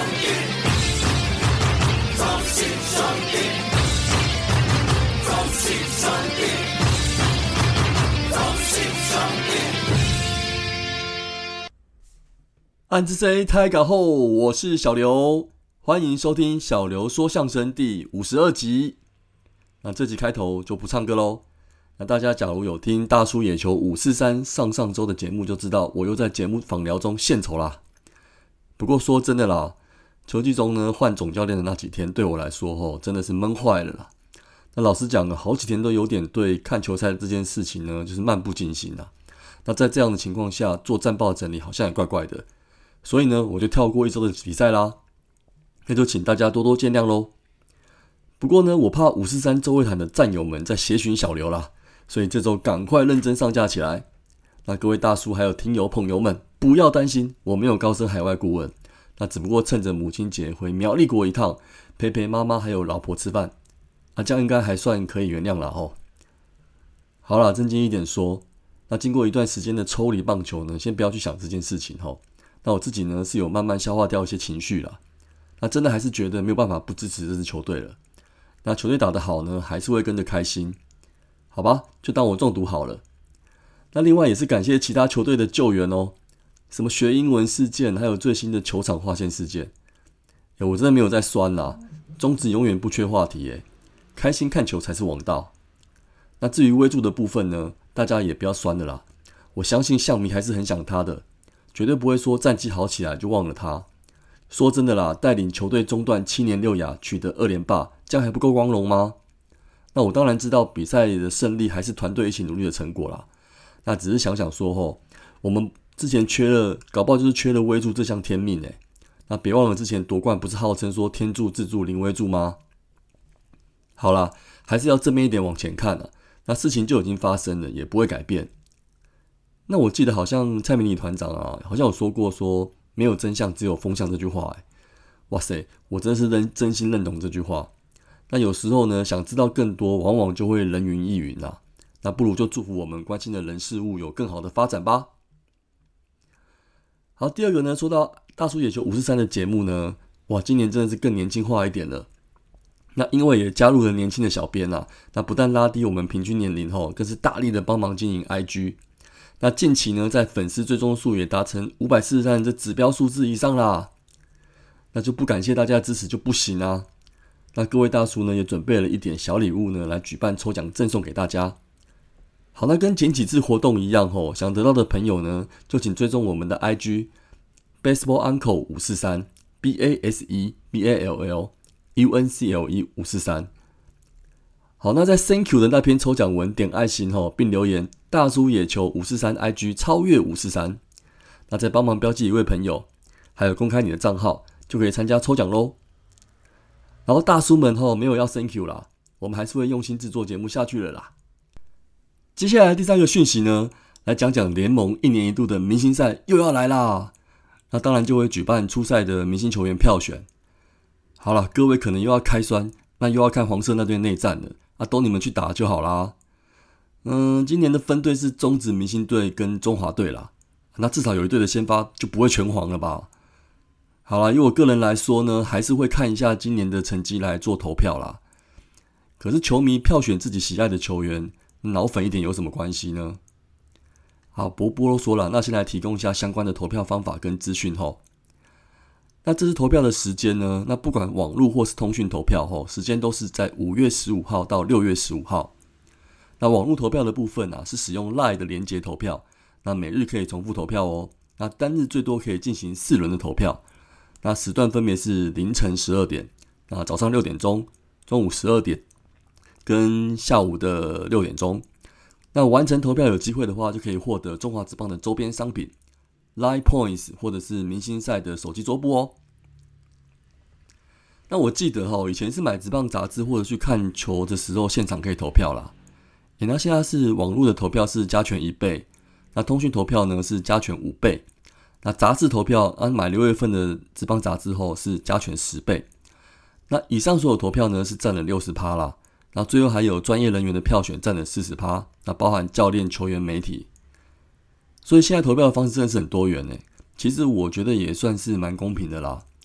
赢，重新上映，重新上映，重新上映。 暗之 C 太搞后，我是小刘，欢迎收听小刘说相声第52集。那这集开头就不唱歌咯。那大家假如有听大叔野球543上周的节目，就知道我又在节目访聊中献丑啦。不过说真的啦，球季中呢换总教练的那几天，对我来说真的是闷坏了啦。那老实讲，好几天都有点对看球赛这件事情呢，就是漫不经心啦。那在这样的情况下，做战报整理好像也怪怪的，所以呢，我就跳过一周的比赛啦。那就请大家多多见谅咯。不过呢，我怕543周会谈的战友们在协寻小刘啦，所以这周赶快认真上架起来。那各位大叔还有听友朋友们，不要担心，我没有高升海外顾问，那只不过趁着母亲节回苗栗国一趟，陪陪妈妈还有老婆吃饭，这样应该还算可以原谅啦吼。好啦，正经一点说，那经过一段时间的抽离棒球呢，先不要去想这件事情吼。那我自己呢是有慢慢消化掉一些情绪啦，那真的还是觉得没有办法不支持这支球队了。那球队打得好呢，还是会跟着开心，好吧，就当我中毒好了。那另外也是感谢其他球队的救援哦，什么学英文事件，还有最新的球场划线事件。我真的没有在酸啦，宗旨永远不缺话题耶，开心看球才是王道。那至于威助的部分呢，大家也不要酸了啦，我相信象迷还是很想他的，绝对不会说战绩好起来就忘了他。说真的啦，带领球队中断7年6亚，取得2连霸，这样还不够光荣吗？那我当然知道比赛的胜利还是团队一起努力的成果啦。那只是想想说我们之前缺了，搞不好就是缺了威助这项天命耶。那别忘了之前夺冠不是号称说天助自助零威助吗？好啦，还是要正面一点往前看啊。那事情就已经发生了，也不会改变。那我记得好像蔡明理团长好像有说过说没有真相只有风向这句话耶。哇塞，我真是真心认同这句话。那有时候呢，想知道更多，往往就会人云亦云啦。那不如就祝福我们关心的人事物有更好的发展吧。好，第二个呢，说到大叔野球543的节目呢，哇，今年真的是更年轻化一点了。那因为也加入了年轻的小编那不但拉低我们平均年龄更是大力的帮忙经营 IG。那近期呢，在粉丝追踪数也达成543人的指标数字以上啦。那就不感谢大家的支持就不行啊。那各位大叔呢，也准备了一点小礼物呢，来举办抽奖赠送给大家。好，那跟前几次活动一样想得到的朋友呢，就请追踪我们的 IG Baseball Uncle 543 BASEBALL UNCLE 543。好，那在 Thank you 的那篇抽奖文点爱心并留言大叔野球543 IG 超越543，那再帮忙标记一位朋友，还有公开你的账号，就可以参加抽奖咯。然后大叔们没有要 Thank you 啦，我们还是会用心制作节目下去了啦。接下来第三个讯息呢，来讲讲联盟1年1度的明星赛又要来啦。那当然就会举办初赛的明星球员票选。好啦，各位可能又要开酸，那又要看黄色那队内战了都你们去打就好啦。今年的分队是中职明星队跟中华队啦，那至少有一队的先发就不会全黄了吧。好啦，以我个人来说呢，还是会看一下今年的成绩来做投票啦。可是球迷票选自己喜爱的球员，脑粉一点有什么关系呢？好，不啰嗦了，那先来提供一下相关的投票方法跟资讯那这次投票的时间呢，那不管网络或是通讯投票时间都是在5月15号到6月15号。那网络投票的部分是使用 LINE 的连结投票，那每日可以重复投票那单日最多可以进行4轮的投票。那时段分别是凌晨12点，那早上6点钟、中午12点跟下午的6点钟。那完成投票有机会的话，就可以获得中华职棒的周边商品 Line Points 或者是明星赛的手机桌布那我记得以前是买职棒杂志或者去看球的时候现场可以投票啦。那现在是网络的投票是加权1倍，那通讯投票呢是加权5倍。那杂志投票买6月份的职棒杂志后是加权10倍。那以上所有投票呢是占了 60% 啦。那最后还有专业人员的票选占了 40%， 那包含教练、球员、媒体。所以现在投票的方式真的是很多元其实我觉得也算是蛮公平的啦。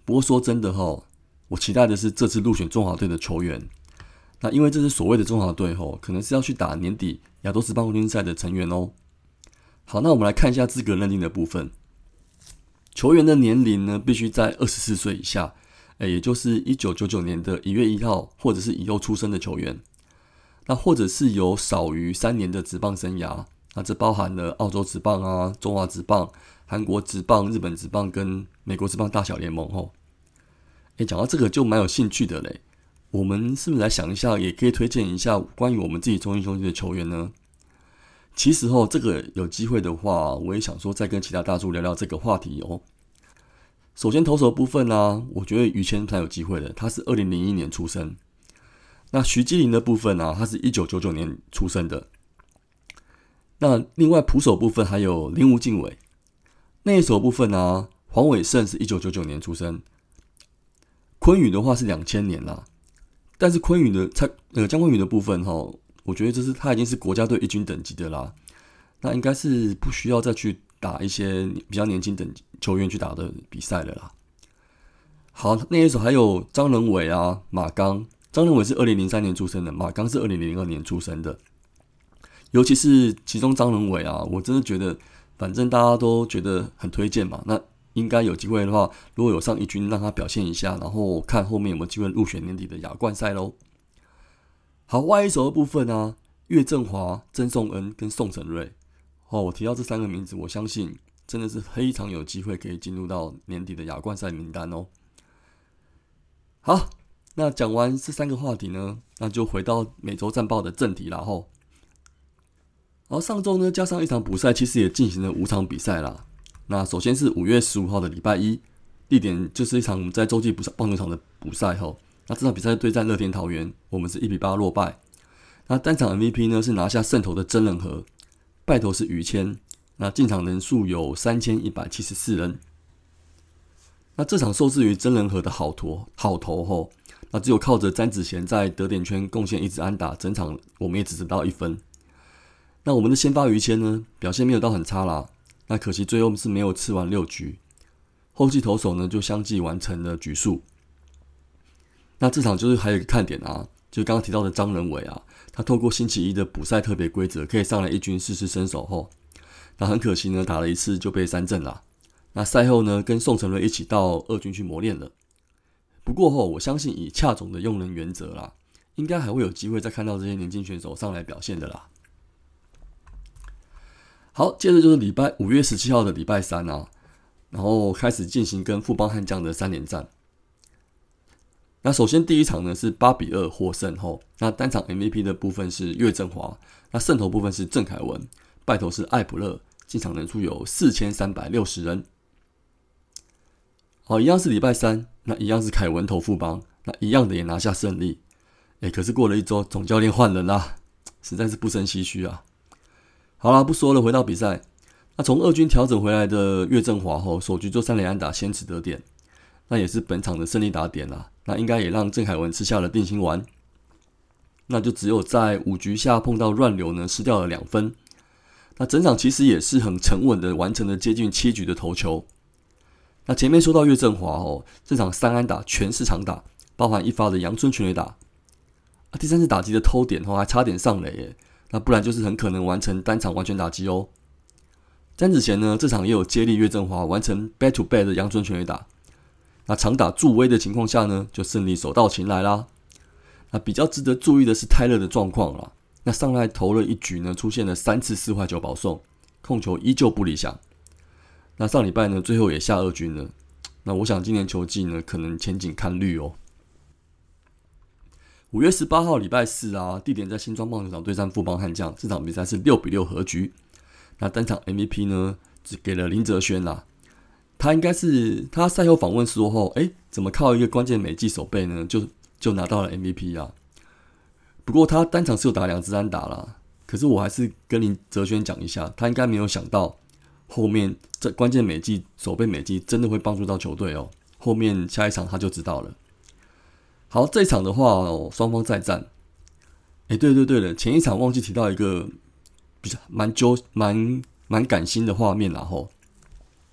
不过说真的我期待的是这次入选中华队的球员。那因为这是所谓的中华队可能是要去打年底亚洲职棒冠军赛的成员哦。好，那我们来看一下资格认定的部分。球员的年龄呢，必须在24岁以下，也就是1999年的1月1号或者是以后出生的球员。那或者是有少于3年的职棒生涯，那这包含了澳洲职棒啊、中华职棒、韩国职棒、日本职棒跟美国职棒大小联盟讲到这个就蛮有兴趣的嘞。我们是不是来想一下，也可以推荐一下关于我们自己中信兄弟的球员呢？其实这个有机会的话，我也想说再跟其他大叔聊聊这个话题哦。首先投手的部分啊，我觉得于谦蛮有机会的，他是2001年出生。那徐基林的部分啊，他是1999年出生的。那另外捕手部分还有林吴敬伟。内野手部分啊，黄伟胜是1999年出生。昆宇的话是2000年啦。但是昆宇的江昆宇的部分我觉得这是他已经是国家队一军等级的啦，那应该是不需要再去打一些比较年轻等球员去打的比赛了啦。好，那一手还有张仁伟啊、马刚。张仁伟是2003年出生的，马刚是2002年出生的。尤其是其中张仁伟啊，我真的觉得，反正大家都觉得很推荐嘛，那应该有机会的话，如果有上一军，让他表现一下，然后看后面有没有机会入选年底的亚冠赛咯。好，外野手的部分啊，岳振华、曾颂恩跟宋承瑞。我提到这3个名字，我相信真的是非常有机会可以进入到年底的亚冠赛名单哦。好，那讲完这3个话题呢，那就回到每周战报的正题啦吼。然后上周呢，加上一场补赛，其实也进行了5场比赛啦。那首先是5月15号的礼拜一，地点就是一场在洲际棒球场的补赛后，那这场比赛对战乐天桃园，我们是1-8落败。那单场 MVP 呢是拿下胜投的曾仁和，败投是于谦。那进场人数有3174人。那这场受制于曾仁和的好投后，那只有靠着詹子贤在得点圈贡献1支安打，整场我们也只得到1分。那我们的先发于谦呢，表现没有到很差啦。那可惜最后是没有吃完6局，后继投手呢就相继完成了局数。那这场就是还有一个看点啊，就是刚刚提到的张仁伟啊，他透过星期一的补赛特别规则，可以上来一军试试身手后，那很可惜呢，打了1次就被3振啦。那赛后呢，跟宋承瑞一起到2军去磨练了。不过我相信以恰总的用人原则啦，应该还会有机会再看到这些年轻选手上来表现的啦。好，接着就是5月17号的礼拜三啊，然后开始进行跟富邦悍将的3连战。那首先第一场呢是8-2获胜后，那单场 MVP 的部分是岳振华，那胜投部分是郑凯文，败投是艾普勒，进场人数有4360人。好，一样是礼拜三，那一样是凯文投富邦，那一样的也拿下胜利。可是过了1周，总教练换人啦，实在是不胜唏嘘啊。好啦，不说了，回到比赛。那从2军调整回来的岳振华后，首局就3垒安打先持得点，那也是本场的胜利打点啦。那应该也让郑凯文吃下了定心丸。那就只有在5局下碰到乱流呢，失掉了2分。那整场其实也是很沉稳的完成了接近7局的投球。那前面说到岳振华这场3安打全是长打，包含1发的阳春全垒打。第3次打击的偷点还差点上垒耶。那不然就是很可能完成单场完全打击哦。詹子贤呢，这场也有接力岳振华完成 back to back 的阳春全垒打。那长打助威的情况下呢，就胜利手到擒来啦。那比较值得注意的是泰勒的状况啦。那上来投了1局呢，出现了3次4坏球保送，控球依旧不理想。那上礼拜呢，最后也下2军了。那我想今年球季呢，可能前景看绿哦。5月18号礼拜四啊，地点在新庄棒球场对战富邦悍将，这场比赛是6-6和局。那单场 MVP 呢，只给了林哲轩啦。他赛后访问说后，怎么靠一个关键美技手背呢，就拿到了 MVP 啊？不过他单场是有打2支安打啦，可是我还是跟林哲轩讲一下，他应该没有想到后面这关键美技手背美技真的会帮助到球队哦。后面下一场他就知道了。好，这一场的话双方再战。对了，前一场忘记提到一个比较蛮感心的画面啦吼。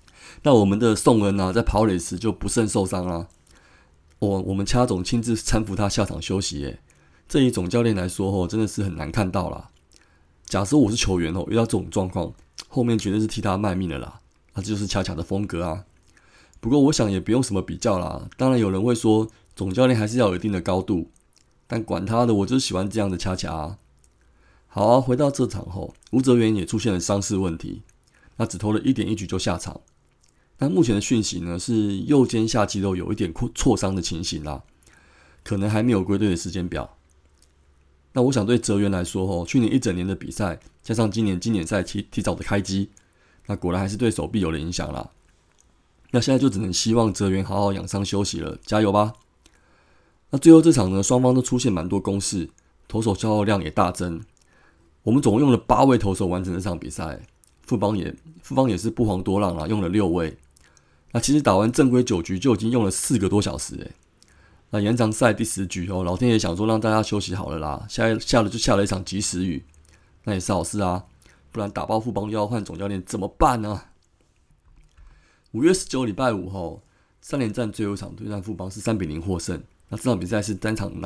那我们的宋恩啊，在跑垒时就不慎受伤啦。我们掐总亲自搀扶他下场休息耶。这以总教练来说真的是很难看到啦。假设我是球员遇到这种状况，后面绝对是替他卖命的啦。这就是恰恰的风格啊。不过我想也不用什么比较啦。当然有人会说，总教练还是要有一定的高度，但管他的，我就是喜欢这样的恰恰啊。好啊，回到这场后，吴哲源也出现了伤势问题，那只投了1.1局就下场。那目前的讯息呢是右肩下肌肉有一点挫伤的情形啦，可能还没有归队的时间表。那我想对哲源来说去年一整年的比赛，加上今年经典赛提早的开机，那果然还是对手臂有了影响啦。那现在就只能希望哲源好好养伤休息了，加油吧！那最后这场呢，双方都出现蛮多攻势，投手消耗量也大增。我们总共用了8位投手完成这场比赛，富邦也是不遑多让啦，用了6位。那其实打完正规9局就已经用了4个多小时耶。那延长赛第10局老天爷想说让大家休息好了啦，下了一场及时雨，那也是好事啊，不然打爆富邦又要换总教练怎么办呢？5月19礼拜5后，3连战最后一场对战富邦是3-0获胜。那这场比赛是单场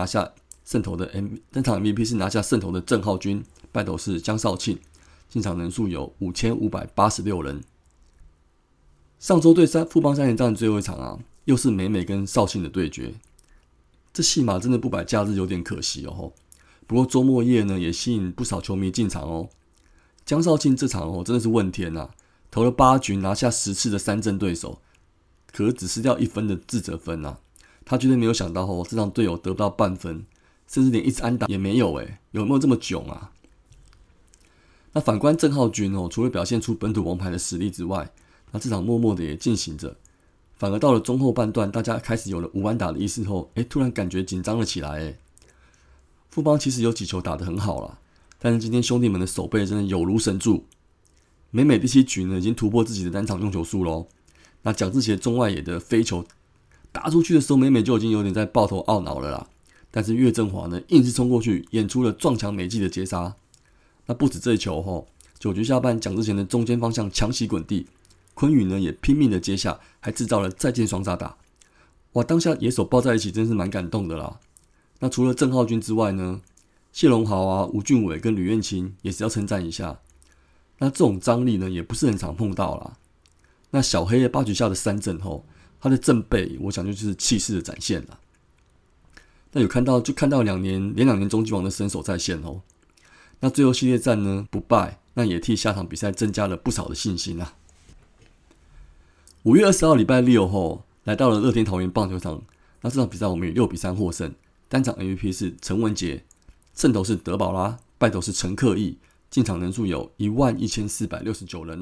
MVP 是拿下胜投的郑浩均，败投是江少庆，进场人数有5586人。上周对富邦3连战最后一场啊，又是美美跟少庆的对决。这戏码真的不摆假日有点可惜哦。不过周末夜呢，也吸引不少球迷进场哦。江少庆这场真的是问天啊，投了8局拿下10次的3振对手，可是只失掉1分的自责分啊。他绝对没有想到这场队友得不到半分，甚至连一支安打也没有有没有这么囧啊？那反观郑浩均除了表现出本土王牌的实力之外，那这场默默的也进行着。反而到了中后半段，大家开始有了无安打的意识后，突然感觉紧张了起来富邦其实有几球打得很好啦，但是今天兄弟们的守备真的有如神助。美美第7局呢，已经突破自己的单场用球数咯。那蒋志杰中外野的飞球打出去的时候，美美就已经有点在抱头懊恼了啦。但是岳振华呢，硬是冲过去，演出了撞墙美技的接杀。那不止这一球9局下半，蒋志贤的中间方向强袭滚地，昆宇呢也拼命的接下，还制造了再见双杀打。哇，当下野手抱在一起，真是蛮感动的啦。那除了郑浩均之外呢，谢龙豪啊、吴俊伟跟吕彦青也是要称赞一下。那这种张力呢，也不是很常碰到啦。那小黑的8局下的3振后，他的正背，我想就是气势的展现啦。那看到连2年中继王的身手在线那最后系列战呢不败，那也替下场比赛增加了不少的信心啊。5月20号礼拜6后，来到了乐天桃园棒球场。那这场比赛我们以6-3获胜，单场 MVP 是陈文杰，胜投是德保拉，败投是陈克义，进场人数有11469人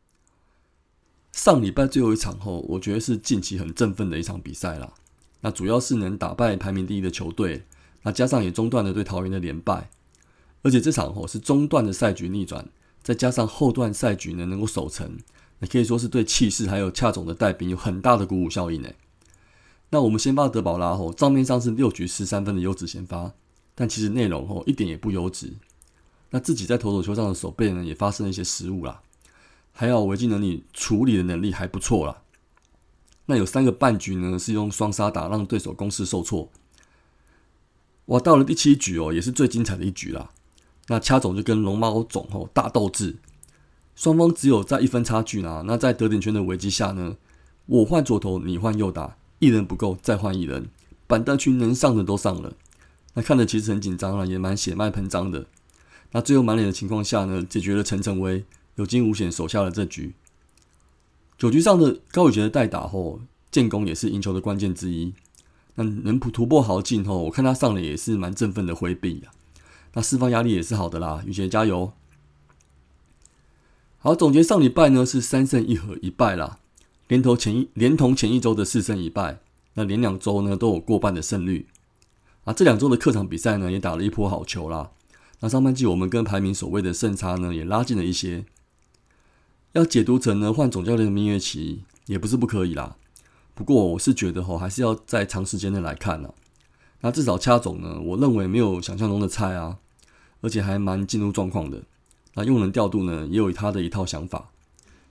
上礼拜最后一场后，我觉得是近期很振奋的一场比赛啦。那主要是能打败排名第1的球队，那加上也中断了对桃园的连败，而且这场是中段的赛局逆转，再加上后段赛局呢能够守成，也可以说是对气势还有恰总的带兵有很大的鼓舞效应那我们先发德保拉账面上是6局13分的优质先发，但其实内容一点也不优质。那自己在投手球上的守备呢也发生了一些失误啦，还好危机能力处理的能力还不错啦。那有3个半局呢是用双杀打让对手攻势受挫。哇，到了第7局也是最精彩的一局啦。那掐总就跟龙猫总大斗智，双方只有在1分差距啦。那在得点圈的危机下呢，我换左投，你换右打，一人不够再换一人，板凳区能上的都上了。那看得其实很紧张啦，也蛮血脉喷张的。那最后满脸的情况下呢，解决了陈晨威，有惊无险守下了这局。9局上的高宇杰的代打后，建功也是赢球的关键之一。那能突破豪进后，我看他上了也是蛮振奋的挥臂啊。那释放压力也是好的啦，宇杰加油！好，总结上礼拜呢是3胜1和1败啦，连同前一周的4胜1败，那连2周呢都有过半的胜率啊。这2周的客场比赛呢也打了一波好球啦。那上半季我们跟排名首位的胜差呢也拉近了一些，要解读成呢换总教练的蜜月期也不是不可以啦。不过我是觉得还是要在长时间内来看啦。那至少掐总呢，我认为没有想象中的菜啊，而且还蛮进入状况的。那用人调度呢也有他的一套想法，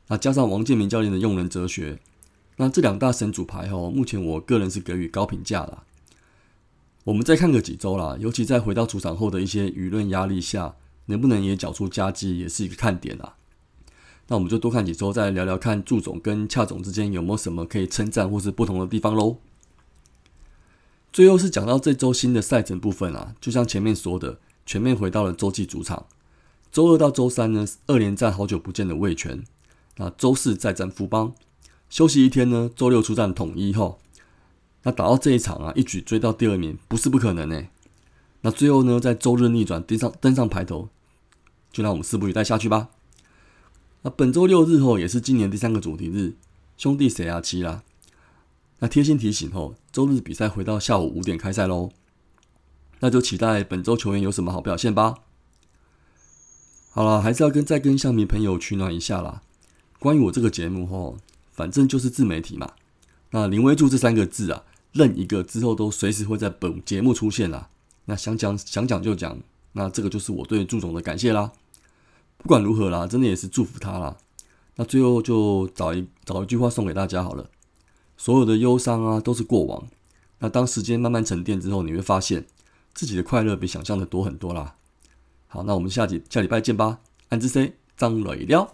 那加上王建民教练的用人哲学，那这2大神主牌目前我个人是给予高评价啦。我们再看个几周啦，尤其在回到主场后的一些舆论压力下，能不能也缴出佳绩，也是一个看点啦。那我们就多看几周，再聊聊看祝总跟恰总之间有没有什么可以称赞或是不同的地方咯。最后是讲到这周新的赛程部分啊，就像前面说的，全面回到了洲际主场。周2到周3呢，2连战好久不见的味全。那周4再战富邦，休息一天呢，周6出战统一后，那打到这一场啊，一举追到第2名，不是不可能欸。那最后呢，在周日逆转登上排头，就让我们拭目以待下去吧。那本周6日后也是今年第3个主题日，兄弟谁啊7啦。那贴心提醒后，周日比赛回到下午5点开赛咯。那就期待本周球员有什么好表现吧。好啦，还是要再跟乡民朋友取暖一下啦。关于我这个节目反正就是自媒体嘛。那林威助这3个字啊，任一个之后都随时会在本节目出现啦。那想讲就讲，那这个就是我对祝总的感谢啦。不管如何啦，真的也是祝福他啦。那最后就找一句话送给大家好了。所有的忧伤啊都是过往。那当时间慢慢沉淀之后，你会发现自己的快乐比想象的多很多啦。好，那我们下礼拜见吧。安之 C 张磊了。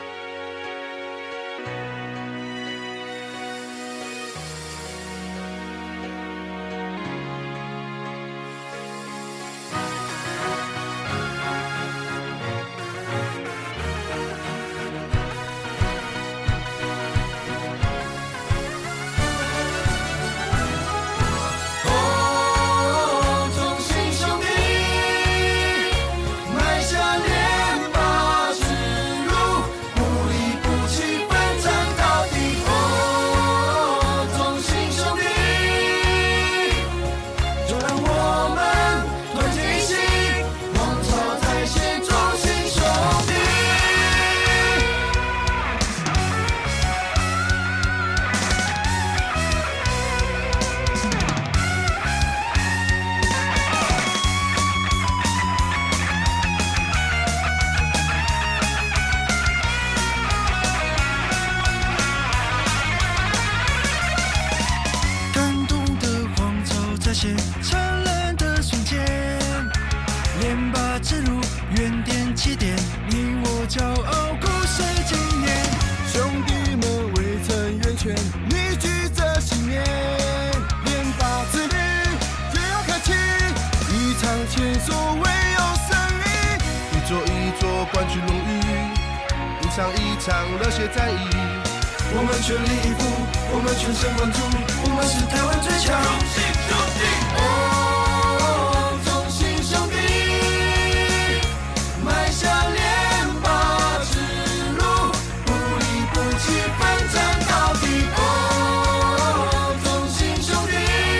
冠军荣誉，一场一场热血战役，我们全力以赴，我们全神贯注，我们是台湾最强。中信兄弟，哦，中信兄弟，迈向连霸之路，不离不弃，奋战到底。哦，中信兄弟，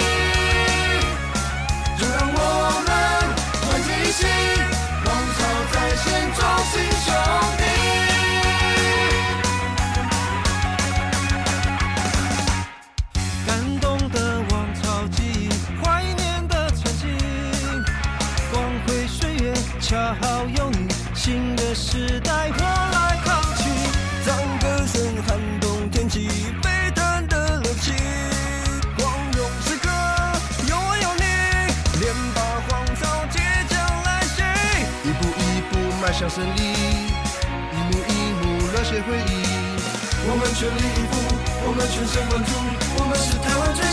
就让我们团结一心，王朝再现，中信兄弟。感动的王朝记忆，怀念的曾经，光辉岁月恰好有你，新的时代我来扛起，让歌声撼动天际，沸腾的热情，光荣时刻有我有你，连霸皇朝即将来袭，一步一步迈向胜利，一幕一幕热血回忆，我们全力以赴，我们全神贯注，我们是台湾最